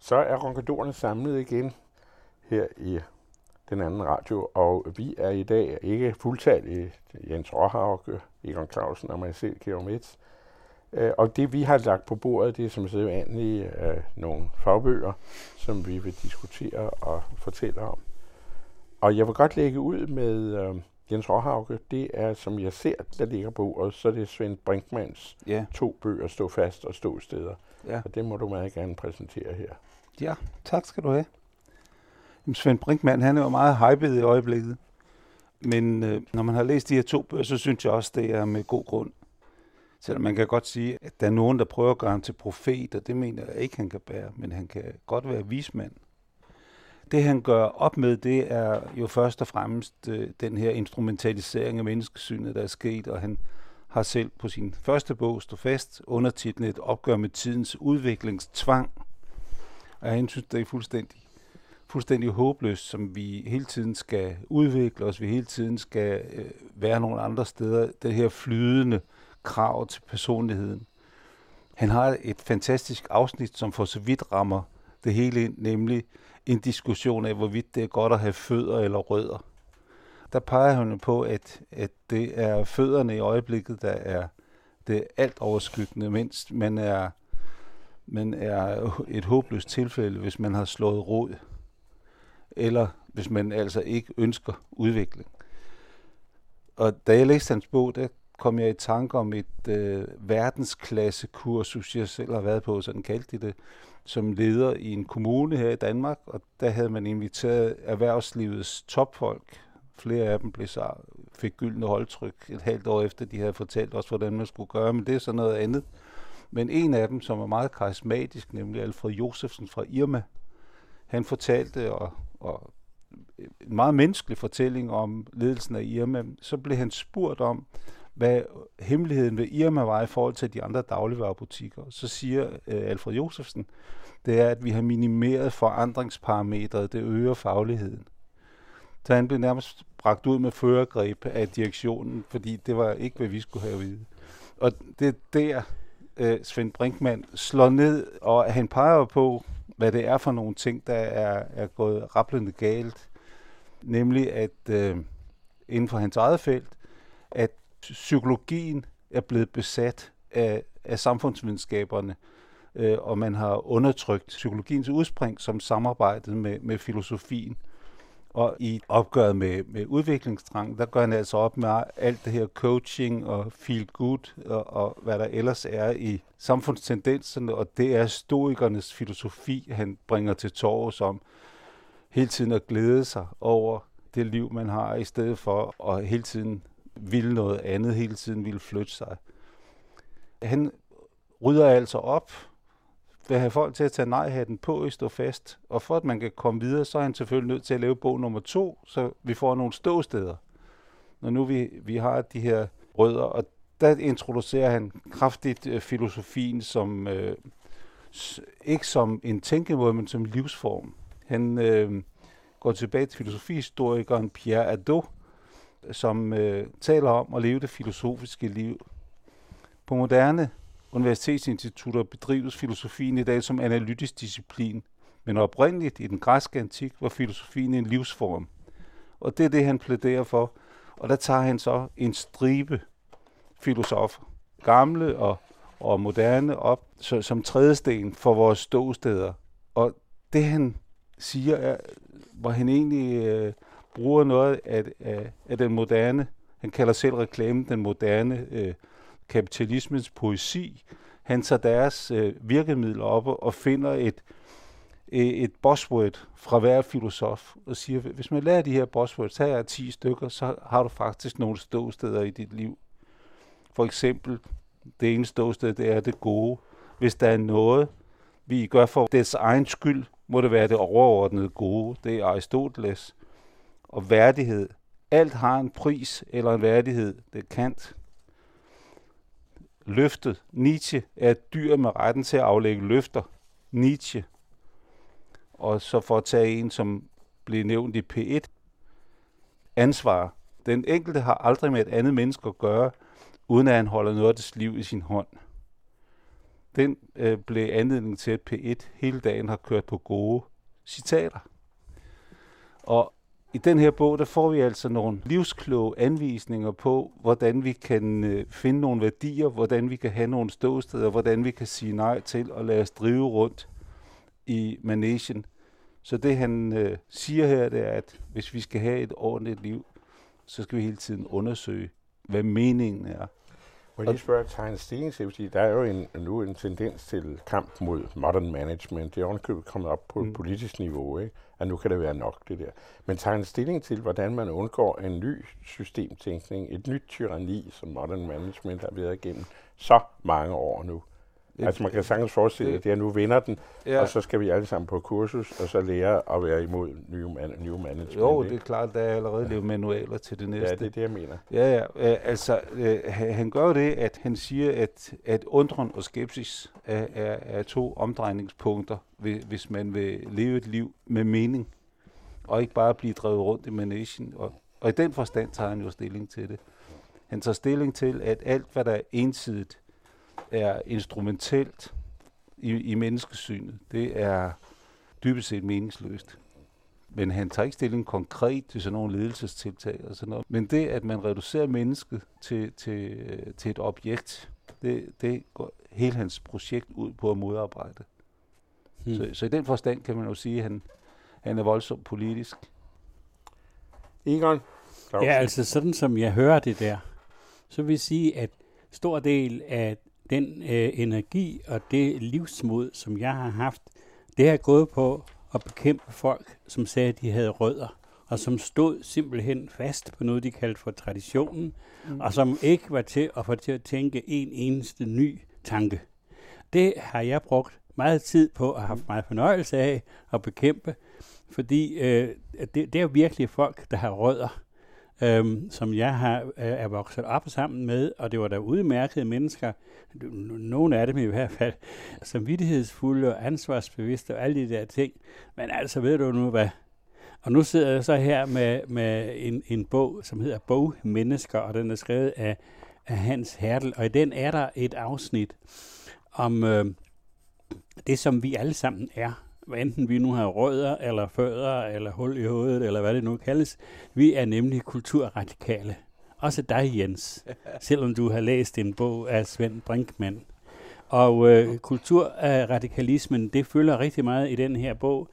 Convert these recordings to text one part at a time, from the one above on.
Så er ronkadorerne samlet igen her i den anden radio, og vi er i dag ikke fuldtallige. Jens Råhauke, Egon Clausen og mig selv, Georg Metz. Og det vi har lagt på bordet, det er som sædvanligt nogle fagbøger, som vi vil diskutere og fortælle om. Og jeg vil godt lægge ud med Jens Råhauke. Det er, som jeg ser, der ligger på bordet, så det er Svend Brinkmanns 2 bøger, Stå fast og Ståsteder. Ja. Og det må du meget gerne præsentere her. Ja, tak skal du have. Svend Brinkmann, han er jo meget hyped i øjeblikket. Men når man har læst de her 2 bøger, så synes jeg også, det er med god grund. Selvom man kan godt sige, at der er nogen, der prøver at gøre ham til profet, og det mener jeg ikke, han kan bære, men han kan godt være vismand. Det han gør op med, det er jo først og fremmest den her instrumentalisering af menneskesynet, der er sket, og han har selv på sin første bog, Stå fast, undertitlen Et opgør med tidens udviklingstvang. Og han synes, det er fuldstændig håbløst, som vi hele tiden skal udvikle os, vi hele tiden skal være nogle andre steder. Det her flydende krav til personligheden. Han har et fantastisk afsnit, som for så vidt rammer det hele ind, nemlig en diskussion af, hvorvidt det er godt at have fødder eller rødder. Der peger han på, at det er fødderne i øjeblikket, der er det alt overskyggende, mens man er et håbløst tilfælde, hvis man har slået rod, eller hvis man altså ikke ønsker udvikling. Og da jeg læste hans bog, der kom jeg i tanke om et verdensklassekursus, jeg selv har været på, sådan kaldte de det, som leder i en kommune her i Danmark, og der havde man inviteret erhvervslivets topfolk. Flere af dem fik gyldne holdtryk et halvt år efter, de havde fortalt os, hvordan man skulle gøre, men det er så noget andet. Men en af dem, som er meget karismatisk, nemlig Alfred Josefsen fra Irma, han fortalte, og en meget menneskelig fortælling om ledelsen af Irma, så blev han spurgt om, hvad hemmeligheden ved Irma var i forhold til de andre dagligvarebutikker. Så siger Alfred Josefsen, det er, at vi har minimeret forandringsparametret, det øger fagligheden. Så han blev nærmest bragt ud med førergreb af direktionen, fordi det var ikke, hvad vi skulle have at vide. Og det er der, Svend Brinkmann slår ned, og han peger på, hvad det er for nogle ting, der er gået rablende galt. Nemlig, at inden for hans eget felt, at psykologien er blevet besat af samfundsvidenskaberne, og man har undertrykt psykologiens udspring som samarbejdet med filosofien. Og i opgøret med udviklingstrang, der gør han altså op med alt det her coaching og feel good og hvad der ellers er i samfundstendenserne, og det er stoikernes filosofi, han bringer til torvs om hele tiden at glæde sig over det liv, man har, i stedet for at hele tiden ville noget andet, hele tiden ville flytte sig. Han rydder altså op, vil have folk til at tage nej-hatten på i Stå fast, og for at man kan komme videre, så er han selvfølgelig nødt til at lave bog nummer 2, så vi får nogle ståsteder, når nu vi har de her rødder, og der introducerer han kraftigt filosofien som ikke som en tænkemåde, men som livsform. Han går tilbage til filosofihistorikeren Pierre Hadot, som taler om at leve det filosofiske liv. På moderne universitetsinstitutter bedrives filosofien i dag som analytisk disciplin, men oprindeligt i den græske antik var filosofien en livsform. Og det er det, han plæderer for. Og der tager han så en stribe filosofer, gamle og moderne, op som trædesten for vores ståsteder. Og det han siger, er, hvor han egentlig bruger noget af den moderne, han kalder selv reklamen den moderne kapitalismens poesi. Han tager deres virkemidler op og finder et buzzword fra hver filosof og siger, hvis man lærer de her buzzwords, her er 10 stykker, så har du faktisk nogle ståsteder i dit liv. For eksempel, det ene ståsted, det er det gode. Hvis der er noget, vi gør for dets egen skyld, må det være det overordnede gode. Det er Aristoteles. Og værdighed. Alt har en pris eller en værdighed. Det er Kant. Løftet. Nietzsche er et dyr med retten til at aflægge løfter. Nietzsche. Og så for at tage en, som blev nævnt i P1. Ansvar. Den enkelte har aldrig med et andet menneske at gøre, uden at han holder noget af dets liv i sin hånd. den blev anledning til, at P1 hele dagen har kørt på gode citater. Og i den her bog, der får vi altså nogle livskloge anvisninger på, hvordan vi kan finde nogle værdier, hvordan vi kan have nogle ståsteder, hvordan vi kan sige nej til og lade os drive rundt i managen. Så det han siger her, det er, at hvis vi skal have et ordentligt liv, så skal vi hele tiden undersøge, hvad meningen er. Må jeg lige spørge Tegn stilling til, fordi der er jo nu en tendens til kamp mod modern management. Det er ovenikøbet kommet op på et politisk niveau, ikke? At nu kan det være nok, det der. Men Tegn stilling til, hvordan man undgår en ny systemtænkning, et nyt tyranni, som modern management har været igennem så mange år nu. Altså man kan sagtens forestille, at det er nu vinder den, ja. Og så skal vi alle sammen på kursus, og så lære at være imod new management. Jo, det er klart, der er allerede lavet manualer til det næste. Ja, det er det, jeg mener. Ja. Han gør det, at han siger, at undren og skepsis er to omdrejningspunkter, hvis man vil leve et liv med mening, og ikke bare blive drevet rundt i managen. Og i den forstand tager han jo stilling til det. Han tager stilling til, at alt, hvad der er ensidigt, er instrumentelt i menneskesynet. Det er dybest set meningsløst. Men han tager ikke stilling konkret til sådan nogle ledelsestiltag og sådan noget. Men det, at man reducerer mennesket til et objekt, det går hele hans projekt ud på at modarbejde. Så i den forstand kan man jo sige, at han er voldsomt politisk. Egon? Ja, altså sådan som jeg hører det der, så vil jeg sige, at stor del af den energi og det livsmod, som jeg har haft, det har gået på at bekæmpe folk, som sagde, at de havde rødder, og som stod simpelthen fast på noget, de kaldte for traditionen, og som ikke var til at få til at tænke en eneste ny tanke. Det har jeg brugt meget tid på og haft meget fornøjelse af at bekæmpe, fordi det er virkelig folk, der har rødder, som jeg er vokset op sammen med, og det var der udmærkede mennesker, nogle af dem i hvert fald, samvittighedsfulde og ansvarsbevidste og alle de der ting. Men altså, ved du nu hvad? Og nu sidder jeg så her med en bog, som hedder Bogmennesker, og den er skrevet af Hans Hertel, og i den er der et afsnit om det, som vi alle sammen er. Hvad enten vi nu har rødder, eller fødder, eller hul i hovedet, eller hvad det nu kaldes. Vi er nemlig kulturradikale. Også dig, Jens, selvom du har læst en bog af Svend Brinkmann. Og kulturradikalismen, det følger rigtig meget i den her bog,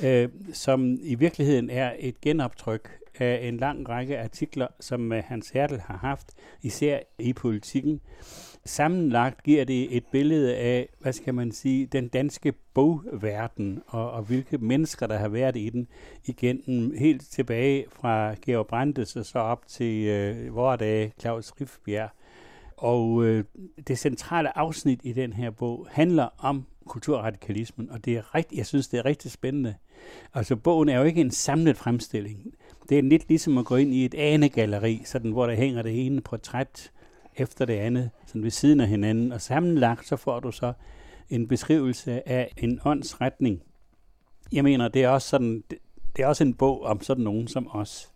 som i virkeligheden er et genoptryk af en lang række artikler, som Hans Hertel har haft, især i Politikken. Sammenlagt giver det et billede af, hvad skal man sige, den danske bogverden, og hvilke mennesker, der har været i den, igennem helt tilbage fra Georg Brandes og så op til vore dage Claus Rifbjerg. Og det centrale afsnit i den her bog handler om kulturradikalismen, og det er jeg synes, det er rigtig spændende. Altså, bogen er jo ikke en samlet fremstilling. Det er lidt ligesom at gå ind i et anegalleri, sådan, hvor der hænger det ene portræt efter det andet, sådan ved siden af hinanden, og sammenlagt så får du så en beskrivelse af en åndsretning. Jeg mener, det er også sådan, det er også en bog om sådan nogen som os.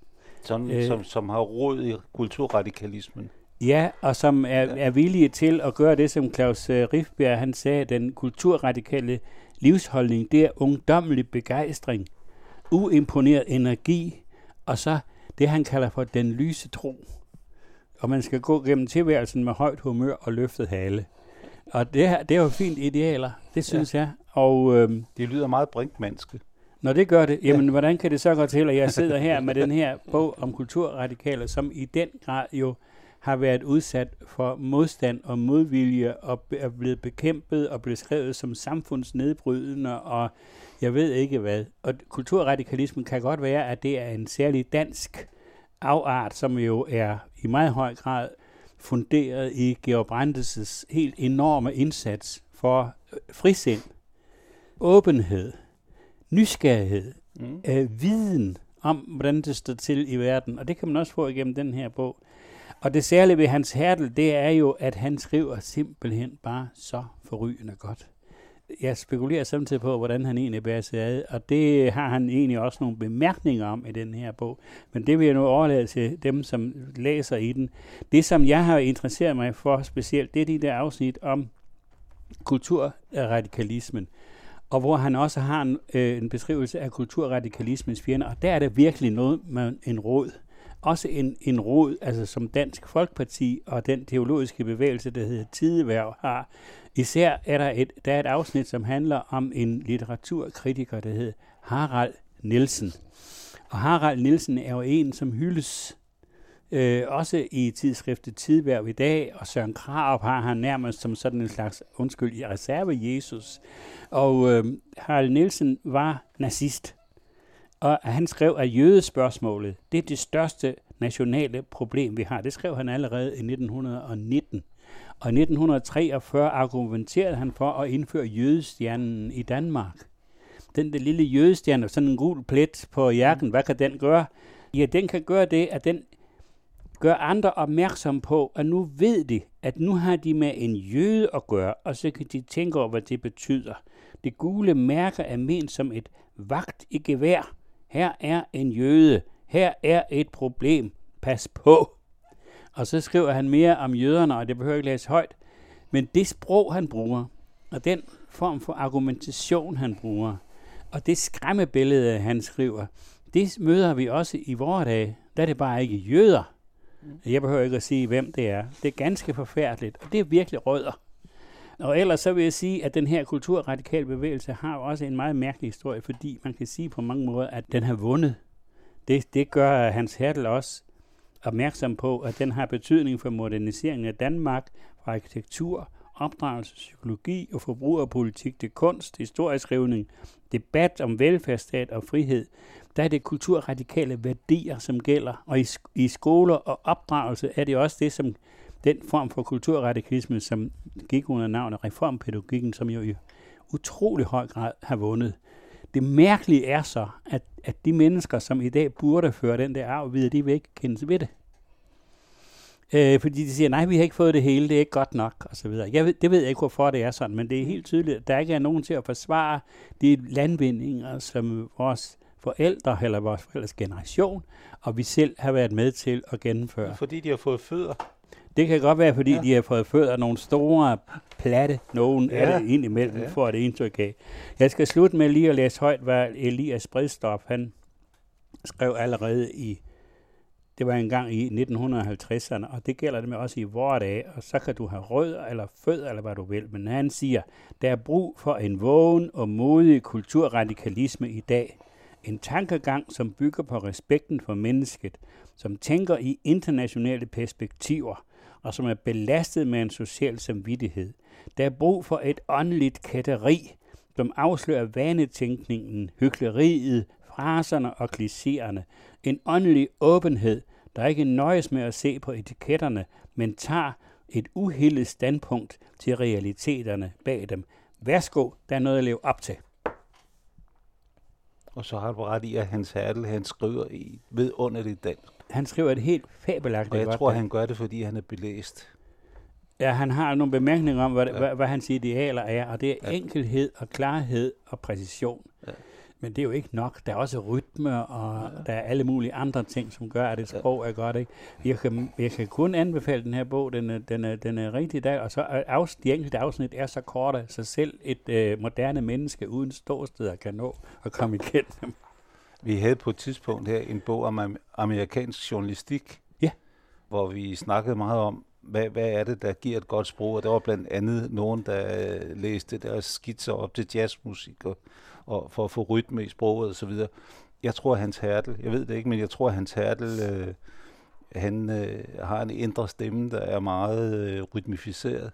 Som har rod i kulturradikalismen. Ja, og som er villige til at gøre det, som Claus Rifbjerg, han sagde, den kulturradikale livsholdning, det er ungdommelig begejstring, uimponeret energi, og så det, han kalder for den lyse tro. Og man skal gå gennem tilværelsen med højt humør og løftet hale. Og det er jo fint idealer, det synes jeg. Og det lyder meget brinkmanske. Når det gør det, jamen hvordan kan det så gå til, at jeg sidder her med den her bog om kulturradikaler, som i den grad jo har været udsat for modstand og modvilje og er blevet bekæmpet og beskrevet som samfundsnedbrydende og jeg ved ikke hvad. Og kulturradikalismen kan godt være, at det er en særlig dansk afart, som jo er i meget høj grad funderet i Georg Brandes' helt enorme indsats for frisind, åbenhed, nysgerrighed, viden om, hvordan det står til i verden. Og det kan man også få igennem den her bog. Og det særlige ved Hans Hertel, det er jo, at han skriver simpelthen bare så forrygende godt. Jeg spekulerer samtidig på, hvordan han egentlig bærer sig ad, og det har han egentlig også nogle bemærkninger om i den her bog. Men det vil jeg nu overlade til dem, som læser i den. Det, som jeg har interesseret mig for specielt, det er de der afsnit om kulturradikalismen, og hvor han også har en beskrivelse af kulturradikalismens fjender, og der er der virkelig noget med en rod. Også en rod, altså som Dansk Folkeparti og den teologiske bevægelse, der hedder Tidehverv, har. Især er der er et afsnit, som handler om en litteraturkritiker, der hedder Harald Nielsen. Og Harald Nielsen er jo en, som hyldes også i tidsskriftet Tidehverv i dag, og Søren Krarup har han nærmest som sådan en slags, reserve Jesus. Og Harald Nielsen var nazist, og han skrev, at jødespørgsmålet, det er det største nationale problem, vi har. Det skrev han allerede i 1919. Og i 1943 argumenterede han for at indføre jødestjernen i Danmark. Den der lille jødestjerne, sådan en gul plet på jakken, hvad kan den gøre? Ja, den kan gøre det, at den gør andre opmærksom på, at nu ved de, at nu har de med en jøde at gøre, og så kan de tænke over, hvad det betyder. Det gule mærke er ment som et vagt i gevær. Her er en jøde. Her er et problem. Pas på. Og så skriver han mere om jøderne, og det behøver ikke læse højt. Men det sprog, han bruger, og den form for argumentation, han bruger, og det skræmmebillede, han skriver, det møder vi også i vore dage. Der er det bare ikke jøder. Jeg behøver ikke at sige, hvem det er. Det er ganske forfærdeligt, og det er virkelig rødder. Og ellers så vil jeg sige, at den her kulturradikale bevægelse har jo også en meget mærkelig historie, fordi man kan sige på mange måder, at den har vundet. Det gør Hans Hertel også opmærksom på, at den har betydning for moderniseringen af Danmark, fra arkitektur, opdragelse, psykologi og forbrugerpolitik til kunst, historieskrivning, debat om velfærdsstat og frihed. Der er det kulturradikale værdier, som gælder, og i skoler og opdragelse er det også det, som den form for kulturradikalisme, som gik under navnet reformpædagogikken, som jo i utrolig høj grad har vundet. Det mærkelige er så, at de mennesker, som i dag burde føre den der arv videre, de vil ikke kendes ved det. Fordi de siger, nej, vi har ikke fået det hele, det er ikke godt nok, osv. Det ved jeg ikke, hvorfor det er sådan, men det er helt tydeligt, at der ikke er nogen til at forsvare de landvindinger, som vores forældre eller vores forældres generation, og vi selv har været med til at gennemføre. Fordi de har fået fødder. Det kan godt være, fordi de har fået fødder nogle store, platte, nogen er det indimellem, for det indtryk af. Jeg skal slutte med lige at læse højt, hvad Elias Bredsdorff, han skrev allerede det var engang i 1950'erne, og det gælder det med også i vore dage, og så kan du have rødder eller fødder, eller hvad du vil. Men han siger, der er brug for en vågen og modig kulturradikalisme i dag. En tankegang, som bygger på respekten for mennesket, som tænker i internationale perspektiver, og som er belastet med en social samvittighed. Der er brug for et åndeligt kætteri, som afslører vanetænkningen, hykleriet, fraserne og klichéerne. En åndelig åbenhed, der ikke nøjes med at se på etiketterne, men tager et uhildet standpunkt til realiteterne bag dem. Værsgo, der er noget at leve op til. Og så har du ret i, at Hans Hertel, han skriver i vidunderligt dansk. Han skriver et helt fabelagtigt godt. Og jeg tror, han gør det, fordi han er belæst. Ja, han har nogle bemærkninger om, hvad hans idealer er, og det er enkelhed og klarhed og præcision. Ja. Men det er jo ikke nok. Der er også rytme, og der er alle mulige andre ting, som gør, at et sprog er godt. Ikke? Jeg kan kun anbefale den her bog. Den er rigtig dag, og så de enkelte afsnit er så korte, så selv et moderne menneske uden ståsteder kan nå at komme igennem dem. Vi havde på et tidspunkt her en bog om amerikansk journalistik, hvor vi snakkede meget om, hvad er det, der giver et godt sprog, og der var blandt andet nogen, der læste deres skitser op til jazzmusik, og for at få rytme i sproget og så videre. Jeg tror, Hans Hertel, jeg ved det ikke, men jeg tror, Hans Hertel, han har en indre stemme, der er meget rytmificeret.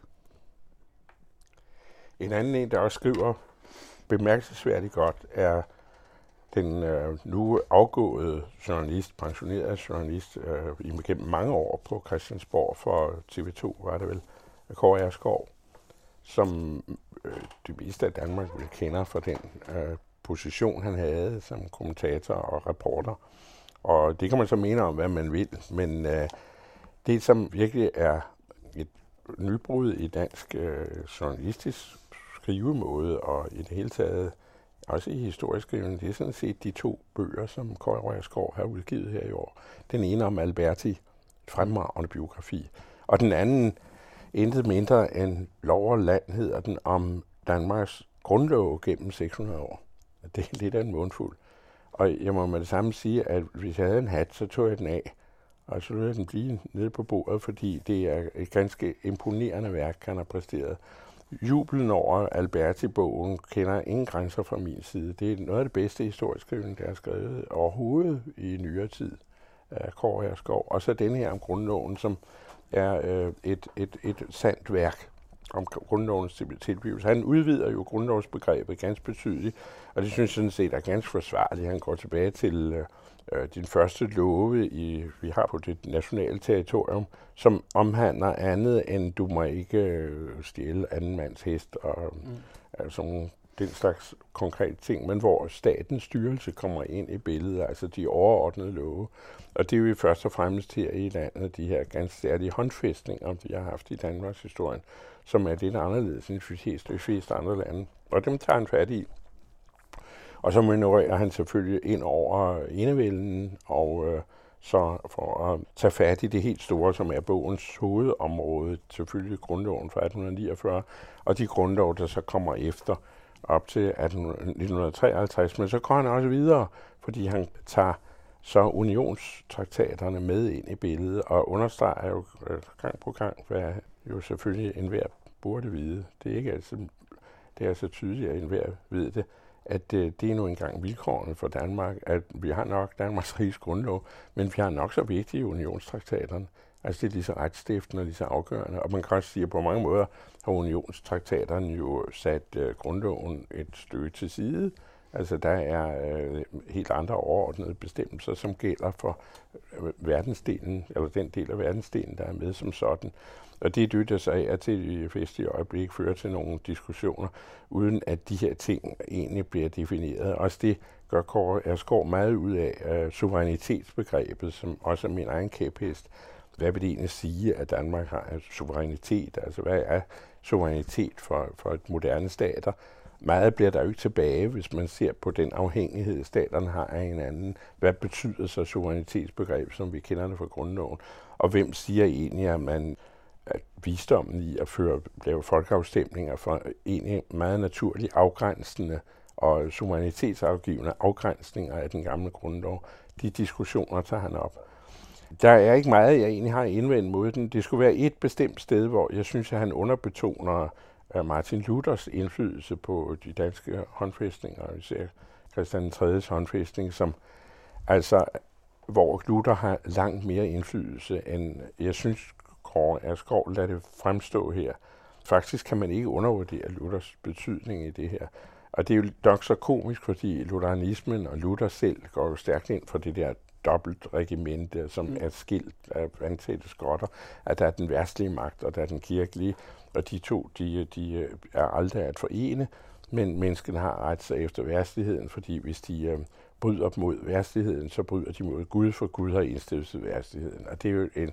En anden en, der også skriver bemærkelsesværdigt godt, er den nu afgåede journalist, pensionerede journalist, igennem mange år på Christiansborg for TV2, var det vel, Kåre Ersgaard, som det meste af Danmark ville kende for den position, han havde som kommentator og reporter. Og det kan man så mene om, hvad man vil, men det, som virkelig er et nybrud i dansk journalistisk skrivemåde, og i det hele taget også i historieskrivning, det er sådan set de to bøger, som Kåre Ersgaard har udgivet her i år. Den ene om Alberti, fremragende biografi, og den anden intet mindre end Lov og Land hedder den om Danmarks grundlov gennem 600 år. Det er lidt af en mundfuld. Og jeg må med det samme sige, at hvis jeg havde en hat, så tog jeg den af. Og så lod jeg den blive nede på bordet, fordi det er et ganske imponerende værk, han har præsteret. Jubelen over Alberti-bogen kender ingen grænser fra min side. Det er noget af det bedste historieskrivning, der er skrevet overhovedet i nyere tid af Kåre Erskov. Og så denne her om grundloven, som er et sandt værk om grundlovens tilblivelse. Han udvider jo grundlovsbegrebet ganske betydeligt, og det synes jeg sådan set er ganske forsvarligt. Han går tilbage til din første love, vi har på det nationale territorium, som omhandler andet end, du må ikke stjæle anden mands hest og altså den slags konkrete ting, men hvor statens styrelse kommer ind i billedet, altså de overordnede love. Og det er jo først og fremmest her i landet, de her ganske særlige håndfæstninger, vi har haft i Danmarks historie, som er lidt anderledes end de fleste andre lande. Og dem tager han fat i. Og så manøvrerer han selvfølgelig ind over enevælden, og så for at tage fat i det helt store, som er bogens hovedområde, selvfølgelig grundloven fra 1849, og de grundlov, der så kommer efter op til 1953, men så går han også videre, fordi han tager så unionstraktaterne med ind i billedet og understreger jo gang på gang, hvad jo selvfølgelig enhver burde vide. Det er ikke altid, det er så tydeligt, at enhver ved det, at det er nu engang vilkårene for Danmark, at vi har nok Danmarks Riges grundlov, men vi har nok så vigtige unionstraktaterne. Altså det er lige så retstiftende og lige så afgørende. Og man kan også sige, at på mange måder har unionstraktaterne jo sat grundloven et stykke til side. Altså der er helt andre overordnede bestemmelser, som gælder for verdensdelen, eller den del af verdensdelen, der er med som sådan. Og det dytter sig af til i festlige øjeblik fører til nogle diskussioner, uden at de her ting egentlig bliver defineret. Også det gør Kåre Erskov meget ud af suverænitetsbegrebet, som også er min egen kæphest. Hvad vil det egentlig sige, at Danmark har suverænitet? Altså hvad er suverænitet for et moderne stater? Meget bliver der jo ikke tilbage, hvis man ser på den afhængighed, staterne har af hinanden. Hvad betyder så suverænitetsbegreb, som vi kender det fra grundloven? Og hvem siger egentlig, at visdommen i at lave folkeafstemninger for egentlig meget naturligt afgrænsende og suverænitetsafgivende afgrænsninger af den gamle grundlov, de diskussioner tager han op. Der er ikke meget, jeg egentlig har indvendt mod den. Det skulle være et bestemt sted, hvor jeg synes, at han underbetoner Martin Luthers indflydelse på de danske håndfæstninger, især Christian III's håndfæstning, som altså, hvor Luther har langt mere indflydelse, end jeg synes, Kåre Erskov lader det fremstå her. Faktisk kan man ikke undervurdere Luthers betydning i det her. Og det er jo nok så komisk, fordi lutheranismen og Luther selv går jo stærkt ind for det der dobbeltregimente, som er skilt af antætte skotter, at der er den verdslige magt, og der er den kirkelige, og de to, de er aldrig at forene, men menneskene har ret sig efter verdsligheden, fordi hvis de bryder mod verdsligheden, så bryder de mod Gud, for Gud har indstiftet verdsligheden. Og det er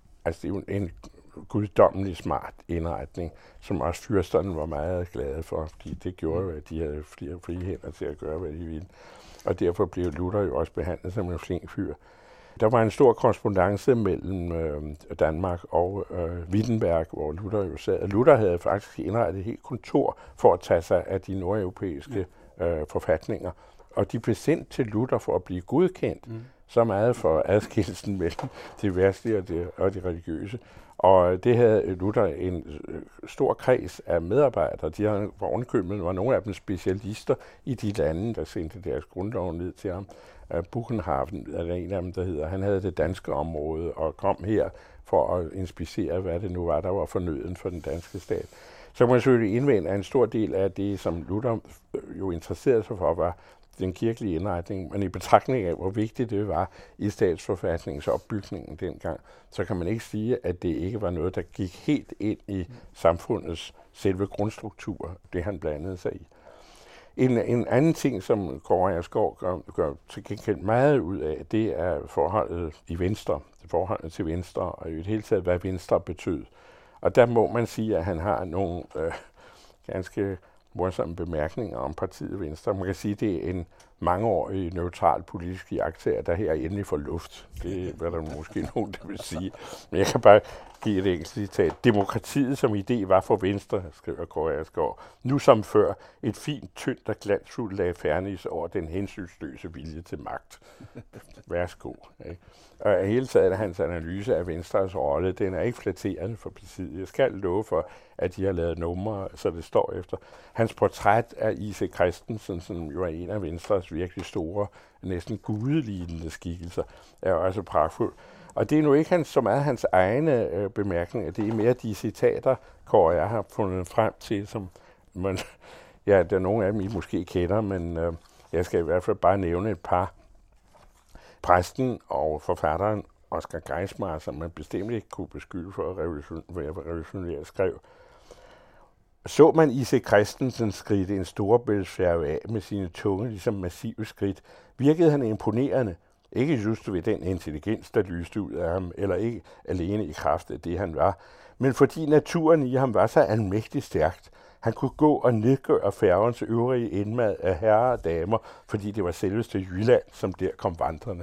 jo en guddommelig smart indretning, som også fyrsterne var meget glade for, fordi det gjorde jo, at de havde flere frie hænder til at gøre, hvad de ville. Og derfor blev Luther jo også behandlet som en flink fyr. Der var en stor korrespondance mellem Danmark og Wittenberg, hvor Luther jo sad. Luther havde faktisk indrettet et helt kontor for at tage sig af de nordeuropæiske forfatninger. Og de blev sendt til Luther for at blive godkendt, så meget for adskillelsen mellem det verdslige og det religiøse. Og det havde Luther en stor kreds af medarbejdere. De havde ovenikøbet, var nogle af dem specialister i de lande, der sendte deres grundlov ned til ham. Buchenhaven er der en af dem, der hedder. Han havde det danske område og kom her for at inspicere, hvad det nu var, der var fornøden for den danske stat. Så kan man selvfølgelig indvende, at en stor del af det, som Luther jo interesserede sig for, var den kirkelige indretning, men i betragtning af, hvor vigtigt det var i statsforfatningens opbygningen dengang, så kan man ikke sige, at det ikke var noget, der gik helt ind i samfundets selve grundstruktur, det han blandede sig i. En anden ting, som Kåre Erskov gør til gengæld meget ud af, det er forholdet i Venstre, forholdet til Venstre, og i det hele taget, hvad Venstre betød. Og der må man sige, at han har nogle ganske morsomme bemærkninger om partiet Venstre. Man kan sige, at det er en mangeårige neutral politisk iagttager, der her endelig får luft. Det er der måske nogen, der vil sige. Men jeg kan bare give et enkelt citat. Demokratiet som idé var for Venstre, skriver Kåre Asgaard, nu som før et fint, tyndt og glansfuldt lag fernis over den hensynsløse vilje til magt. Værsgo. Ikke? Og hele taget hans analyse af Venstres rolle, den er ikke flatterende for partiet. Jeg skal love for, at de har lavet numre, så det står efter. Hans portræt af I.C. Christensen, som jo er en af Venstres virkelig store, næsten gudelignende skikkelser, er også pragtfuld. Og det er nu ikke så meget hans egne bemærkninger, det er mere de citater, Kåre jeg har fundet frem til, som man, ja, der er nogle af dem, I måske kender, men jeg skal i hvert fald bare nævne et par. Præsten og forfatteren Oscar Geismar, som man bestemt ikke kunne beskylde for at være revolutionær, skrev: Så man I.C. Christensen skridte en storebæltsfærge af med sine tunge, ligesom massive skridt, virkede han imponerende. Ikke just ved den intelligens, der lyste ud af ham, eller ikke alene i kraft af det, han var, men fordi naturen i ham var så almægtigt stærkt. Han kunne gå og nedgøre færgens øvrige indmad af herrer og damer, fordi det var selveste Jylland, som der kom vandrende.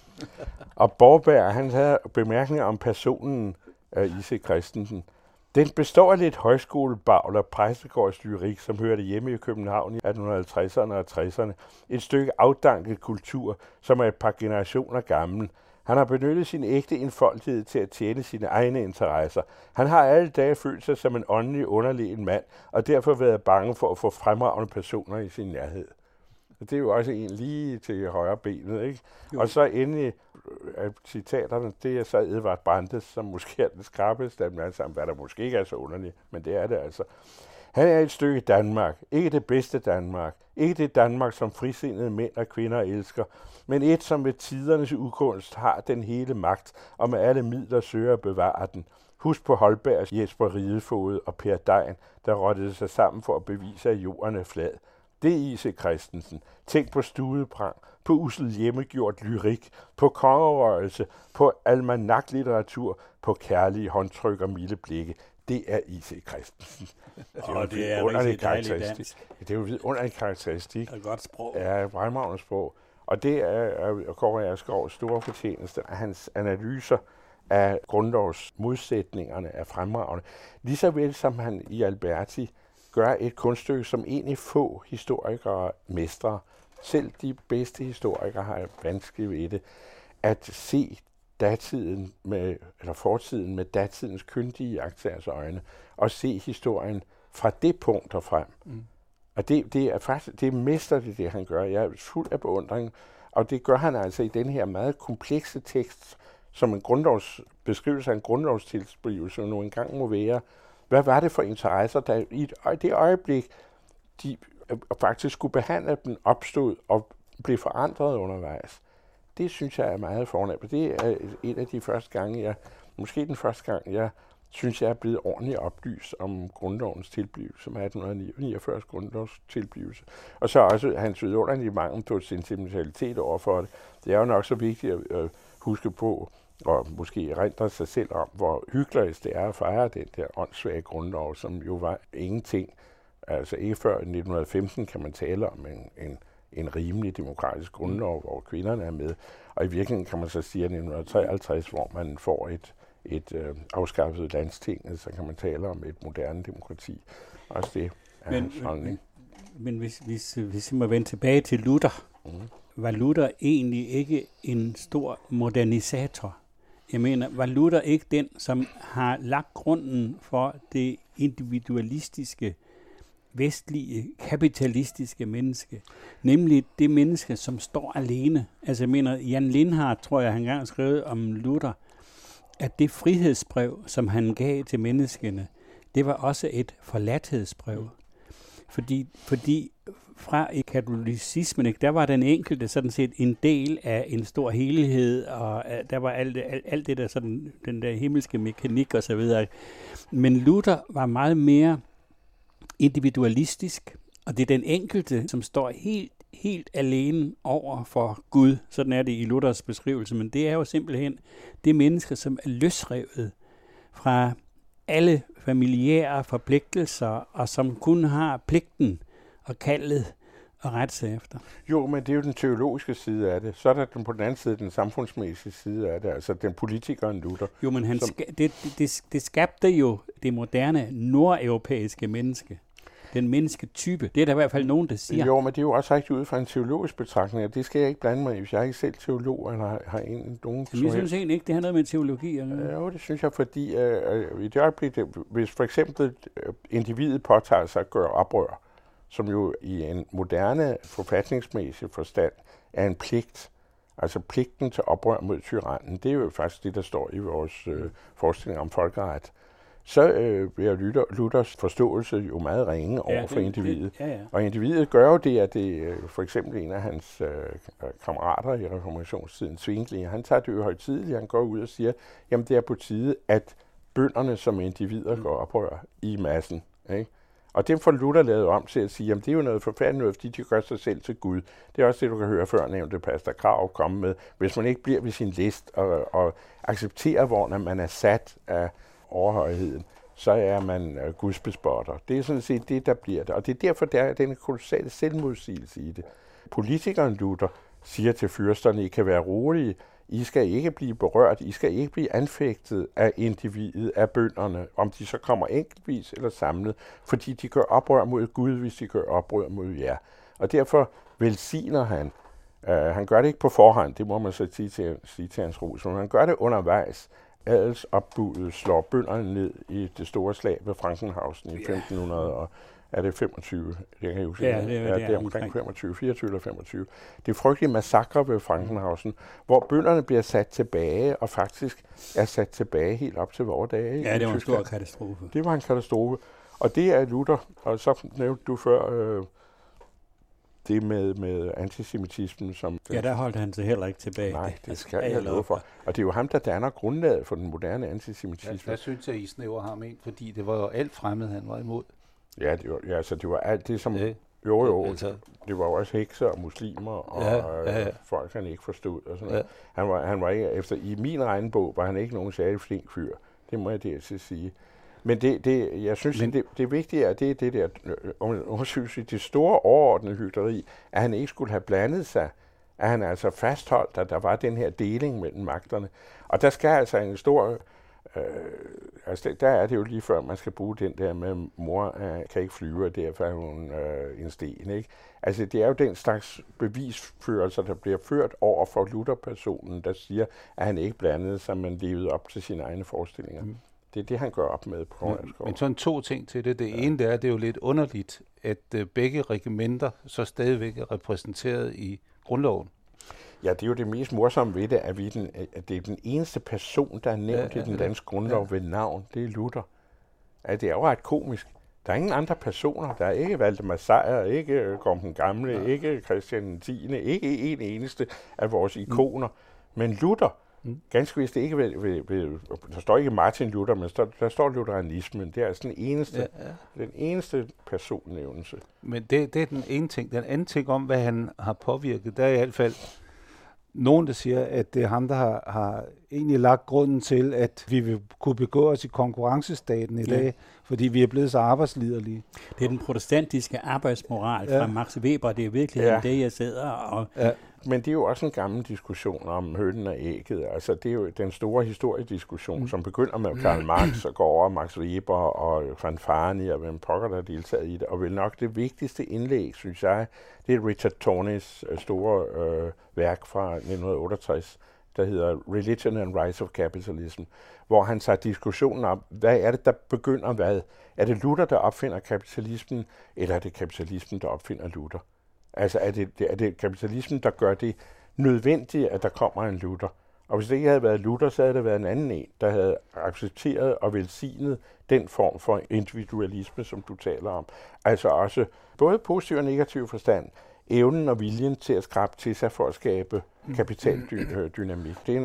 Og Borberg, han havde bemærkninger om personen af I.C. Christensen. Den består af lidt højskolebagl og præstegårdslyrik, som hørte hjemme i København i 1850'erne og 60'erne. Et stykke afdanket kultur, som er et par generationer gammel. Han har benyttet sin ægte indfoldighed til at tjene sine egne interesser. Han har alle dage følt sig som en åndelig underlegen mand, og derfor været bange for at få fremragende personer i sin nærhed. Og det er jo også en lige til højre benet, ikke? Jo. Og så endelig af citaterne, det er så Edvard Brandes, som måske er den skarpeste af dem alle sammen, hvad der måske ikke er så underligt, men det er det altså. Han er et stykke Danmark, ikke det bedste Danmark, ikke det Danmark, som frisindede mænd og kvinder elsker, men et, som ved tidernes ukunst har den hele magt, og med alle midler søger at bevare den. Husk på Holbergs Jesper Ridefoged og Per Degn, der rottede sig sammen for at bevise, at jorden er flad. Det er I.C. Christensen. Tænk på studeprang, på usel hjemmegjort lyrik, på kongerørelse, på almanaklitteratur, på kærlige håndtryk og milde blikke. Det er I.C. Christensen. Det er rigtig dejligt dansk. Det er jo vidunderligt karakteristik. Et godt sprog. Ja, et fremragende sprog. Og det er Kåre Asgaards store fortjeneste, at hans analyser af grundlovsmodsætningerne er fremragende. Ligeså vel som han i Alberti gør et kunststykke, som egentlig få historikere mestrer. Selv de bedste historikere har vanskeligt ved det. At se datiden fortiden med datidens kyndige iagttagers øjne, og se historien fra det punkt og frem. Mm. Og det er faktisk, det er mesterligt, det han gør. Jeg er fuld af beundring, og det gør han altså i den her meget komplekse tekst, som en beskrivelse af en grundlovstilblivelse nu engang må være. Hvad var det for interesser, der i det øjeblik, de faktisk skulle behandle dem, opstod og blev forandret undervejs? Det synes jeg er meget fornemt. Det er en af de første gange, måske den første gang, jeg synes, jeg er blevet ordentligt oplyst om grundlovens tilblivelse, som er 1849 grundlovs tilblivelse. Og så også hans vidunderlige mangel på sentimentalitet overfor det. Det er jo nok så vigtigt at huske på, og måske erindre sig selv om, hvor hyklerisk det er at fejre den der åndssvage grundlov, som jo var ingenting. Altså ikke før 1915 kan man tale om en rimelig demokratisk grundlov, hvor kvinderne er med. Og i virkeligheden kan man så sige, at 1953, hvor man får et afskaffet landstinget, så kan man tale om et moderne demokrati. Også det er hans holdning. Men hvis vi må vende tilbage til Luther, var Luther egentlig ikke en stor modernisator? Jeg mener, var Luther ikke den, som har lagt grunden for det individualistiske, vestlige, kapitalistiske menneske? Nemlig det menneske, som står alene. Altså jeg mener, Jan Lindhardt, tror jeg, han engang skrev om Luther, at det frihedsbrev, som han gav til menneskene, det var også et forladthedsbrev. Fordi fra i katolicismen, ikke, der var den enkelte sådan set en del af en stor helhed, og der var alt det der sådan, den der himmelske mekanik og så videre. Men Luther var meget mere individualistisk, og det er den enkelte, som står helt alene over for Gud. Sådan er det i Luthers beskrivelse, men det er jo simpelthen det menneske, som er løsrevet fra alle familiære forpligtelser, og som kun har pligten og kaldet at rette sig efter? Jo, men det er jo den teologiske side af det. Så er der på den anden side den samfundsmæssige side af det, altså den politikeren Luther. Jo, men det skabte jo det moderne nordeuropæiske menneske. Den mennesketype. Det er der i hvert fald nogen, der siger. Jo, men det er jo også rigtig ud fra en teologisk betragtning, og det skal jeg ikke blande mig i, hvis jeg er ikke selv teolog, eller har nogen... Men jeg synes egentlig ikke, det har noget med teologi at gøre. Jo, det synes jeg, fordi i det øjeblik, hvis for eksempel individet påtager sig at gøre oprør, som jo i en moderne forfatningsmæssig forstand er en pligt, altså pligten til oprør mod tyrannen, det er jo faktisk det, der står i vores forestilling om folkeret, så bliver Luthers forståelse jo meget ringe over for individet. Ja. Og individet gør jo det, at det for eksempel en af hans kammerater i reformationstiden, Zwingli, han tager det jo højtideligt, han går ud og siger, jamen det er på tide, at bønderne som individer går oprør i massen, ikke? Og det får Luther lavet om til at sige, jamen det er jo noget forfærdeligt noget, fordi de gør sig selv til Gud. Det er også det, du kan høre før nævnte Pastor Krag komme med. Hvis man ikke bliver ved sin list og accepterer, hvor man er sat af overhøjheden, så er man gudsbespotter. Det er sådan set det, der bliver det. Og det er derfor, der er den kolossale selvmodsigelse i det. Politikeren Luther siger til fyrsterne, I kan være rolige, I skal ikke blive berørt, I skal ikke blive anfægtet af individet, af bønderne, om de så kommer enkeltvis eller samlet, fordi de gør oprør mod Gud, hvis de gør oprør mod jer. Og derfor velsigner han. Han gør det ikke på forhånd, det må man så sige til hans ros, men han gør det undervejs. Adelsopbudet slår bønderne ned i det store slag ved Frankenhausen i 1500 og er det 25? Det kan jeg huske. Ja, det er omkring 25, 24 eller 25. Det er frygtelige massakre ved Frankenhausen, hvor bønderne bliver sat tilbage, og faktisk er sat tilbage helt op til vore dage. Ja, det var en stor katastrofe. Det var en katastrofe. Og det er Luther, og så nævnte du før det med antisemitismen. Ja, der holdt han sig heller ikke tilbage. Nej, det skal jeg love for. Og det er jo ham, der danner grundlaget for den moderne antisemitisme. Ja, der synes jeg, I snæver ham ind, fordi det var jo alt fremmed, han var imod. Ja, det var alt det, som... Jo, altså. Det var jo også hekser og muslimer og folk, han ikke forstod. Og sådan noget. Han var ikke, i min regnbog var han ikke nogen særlig flink fyr. Det må jeg dertil sige. Men jeg synes, det vigtige er, det der, det store overordnede hykleri, at han ikke skulle have blandet sig, at han altså fastholdt, at der var den her deling mellem magterne. Og der skal altså en stor... der er det jo lige før, man skal bruge den der med, mor kan ikke flyve, og derfor er hun en sten, ikke? Altså, det er jo den slags bevisførelser, der bliver ført over for Luther-personen, der siger, at han ikke blandede sig, men levede op til sine egne forestillinger. Det er det, han gør op med på Men sådan 2 ting til det. Det ene det er jo lidt underligt, at begge regimenter så stadigvæk er repræsenteret i grundloven. Ja, det er jo det mest morsomme ved det, at det er den eneste person, der er nævnt i den danske grundlov ved navn. Det er Luther. Det er jo ret komisk. Der er ingen andre personer. Der er ikke Valdemar Sejr, ikke Gorm den Gamle, ikke Christian 10., ikke en eneste af vores ikoner. Men Luther, ganske vist ikke der står ikke Martin Luther, men der står lutheranismen. Det er altså den eneste personnævnelse. Men det er den ene ting. Den anden ting om, hvad han har påvirket, der er i hvert fald nogen, der siger, at det er ham, der har egentlig lagt grunden til, at vi vil kunne begå os i konkurrencestaten i dag, fordi vi er blevet så arbejdsliderlige. Det er den protestantiske arbejdsmoral fra Max Weber. Det er virkelig det, jeg sidder og... Ja. Men det er jo også en gammel diskussion om hønen og ægget. Altså, det er jo den store historiediskussion, som begynder med Karl Marx og går over Max Weber og Van Farny og hvem pokker, der har deltaget i det. Og vel nok det vigtigste indlæg, synes jeg, det er Richard Torneys store værk fra 1968, der hedder Religion and Rise of Capitalism, hvor han tager diskussionen om, hvad er det, der begynder hvad? Er det Luther, der opfinder kapitalismen, eller er det kapitalismen, der opfinder Luther? Altså er det kapitalismen, der gør det nødvendigt, at der kommer en Luther? Og hvis det ikke havde været Luther, så havde det været en anden en, der havde accepteret og velsignet den form for individualisme, som du taler om. Altså også både positiv og negativ forstand, evnen og viljen til at skrabe til sig for at skabe kapitaldynamik. Det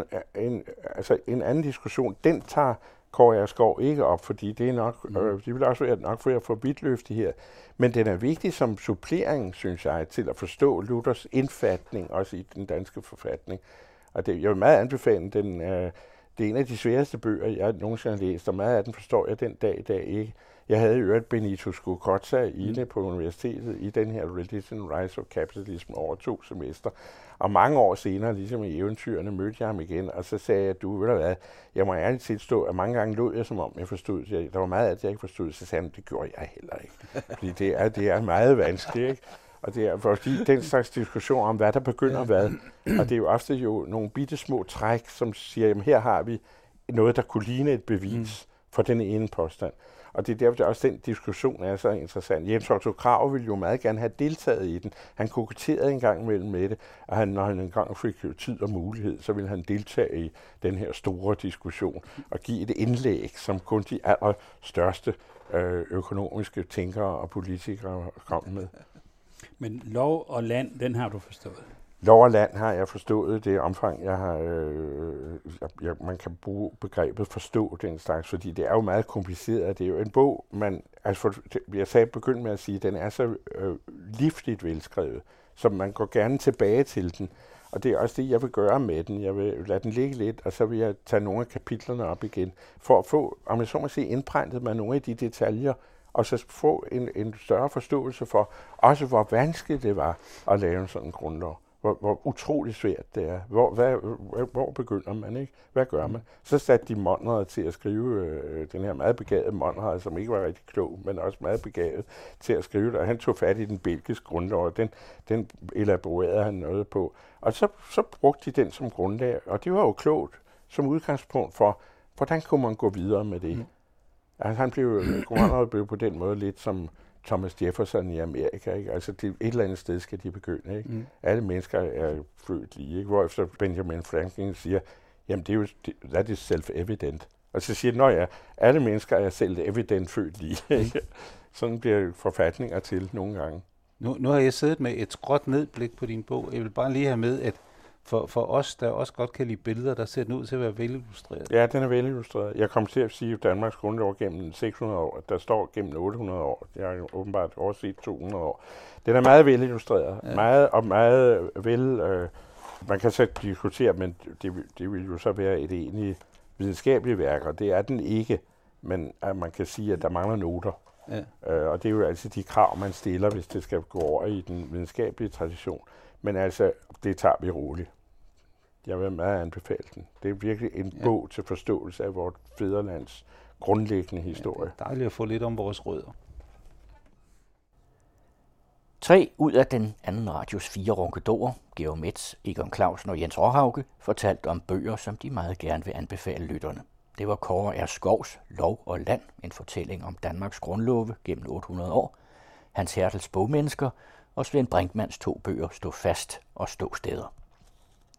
er en anden diskussion. Den tager Kåre Skov ikke op, fordi det er nok, det vil også være nok for vidtløftigt her. Men den er vigtig som supplering, synes jeg, til at forstå Luthers indfatning, også i den danske forfatning. Og jeg vil meget anbefale Det er en af de sværeste bøger, jeg nogensinde har læst, og meget af den forstår jeg den dag i dag ikke. Jeg havde jo et Benito Scocotta inde på universitetet i den her Religion, Rise of Capitalism over 2 semester. Og mange år senere, ligesom i eventyrene, mødte jeg ham igen, og så sagde jeg, du ved du hvad, jeg må ærligt tilstå, at mange gange lød jeg, som om jeg forstod det. Der var meget af det, jeg ikke forstod, så sagde han, det gjorde jeg heller ikke. Fordi det er meget vanskeligt, ikke? Og det er fordi den slags diskussion om, hvad der begynder hvad, og det er jo ofte jo nogle bitte små træk, som siger, jamen her har vi noget, der kunne ligne et bevis for den ene påstand. Og det er derfor, at også den diskussion er så interessant. Jens Otto Krag ville jo meget gerne have deltaget i den. Han koketterede en gang imellem med det, og når han engang fik tid og mulighed, så ville han deltage i den her store diskussion og give et indlæg, som kun de allerstørste økonomiske tænkere og politikere kom med. Men lov og land, den har du forstået? Lov og land har jeg forstået det omfang, jeg har. Man kan bruge begrebet forstå den slags, fordi det er jo meget kompliceret. Det er jo en bog, jeg begyndte med at sige, den er så livligt velskrevet, så man går gerne tilbage til den. Og det er også det, jeg vil gøre med den. Jeg vil lade den ligge lidt, og så vil jeg tage nogle af kapitlerne op igen, for at få, om jeg så må sige, indprintet med nogle af de detaljer, og så få en større forståelse for, også hvor vanskeligt det var at lave en sådan grundlov. Hvor utroligt svært det er. Hvor begynder man, ikke? Hvad gør man? Så satte de Monrad til at skrive den her meget begavede Monrad, som ikke var rigtig klog, men også meget begavet til at skrive det. Og han tog fat i den belgiske grundlov, og den elaborerede han noget på. Og så brugte de den som grundlag, og det var jo klogt som udgangspunkt for, hvordan kunne man gå videre med det. Altså, Monrad blev på den måde lidt som Thomas Jefferson i Amerika, ikke? Altså et eller andet sted skal de begynde, ikke? Alle mennesker er født lige, ikke? Hvorefter Benjamin Franklin siger, jamen det er jo, that is self-evident. Og så siger de, ja, alle mennesker er self-evident født lige, ikke? Sådan bliver forfatninger til nogle gange. Nu har jeg siddet med et skråt nedblik på din bog. Jeg vil bare lige have med, at for os, der også godt kan lide billeder, der ser den ud til at være velillustreret. Ja, den er velillustreret. Jeg kom til at sige, at Danmarks grundlov gennem 600 år, der står gennem 800 år. Jeg har åbenbart overset 200 år. Den er meget velillustreret. Ja. Meget vel... man kan så diskutere, men det vil jo så være et egentlig videnskabeligt værk, og det er den ikke. Men man kan sige, at der mangler noter. Ja. Og det er jo altså de krav, man stiller, hvis det skal gå over i den videnskabelige tradition. Men altså, det tager vi roligt. Jeg vil meget anbefale den. Det er virkelig en bog til forståelse af vores fædrelands grundlæggende historie. Det er dejligt at få lidt om vores rødder. 3 ud af den anden radios 4 ronkedorer, Georg Metz, Egon Clausen og Jens Råhauke, fortalte om bøger, som de meget gerne vil anbefale lytterne. Det var Kåre R. Skovs Lov og Land, en fortælling om Danmarks grundlove gennem 800 år, Hans Hertels Bogmennesker og Svend Brinkmanns 2 bøger Stå fast og Stå steder.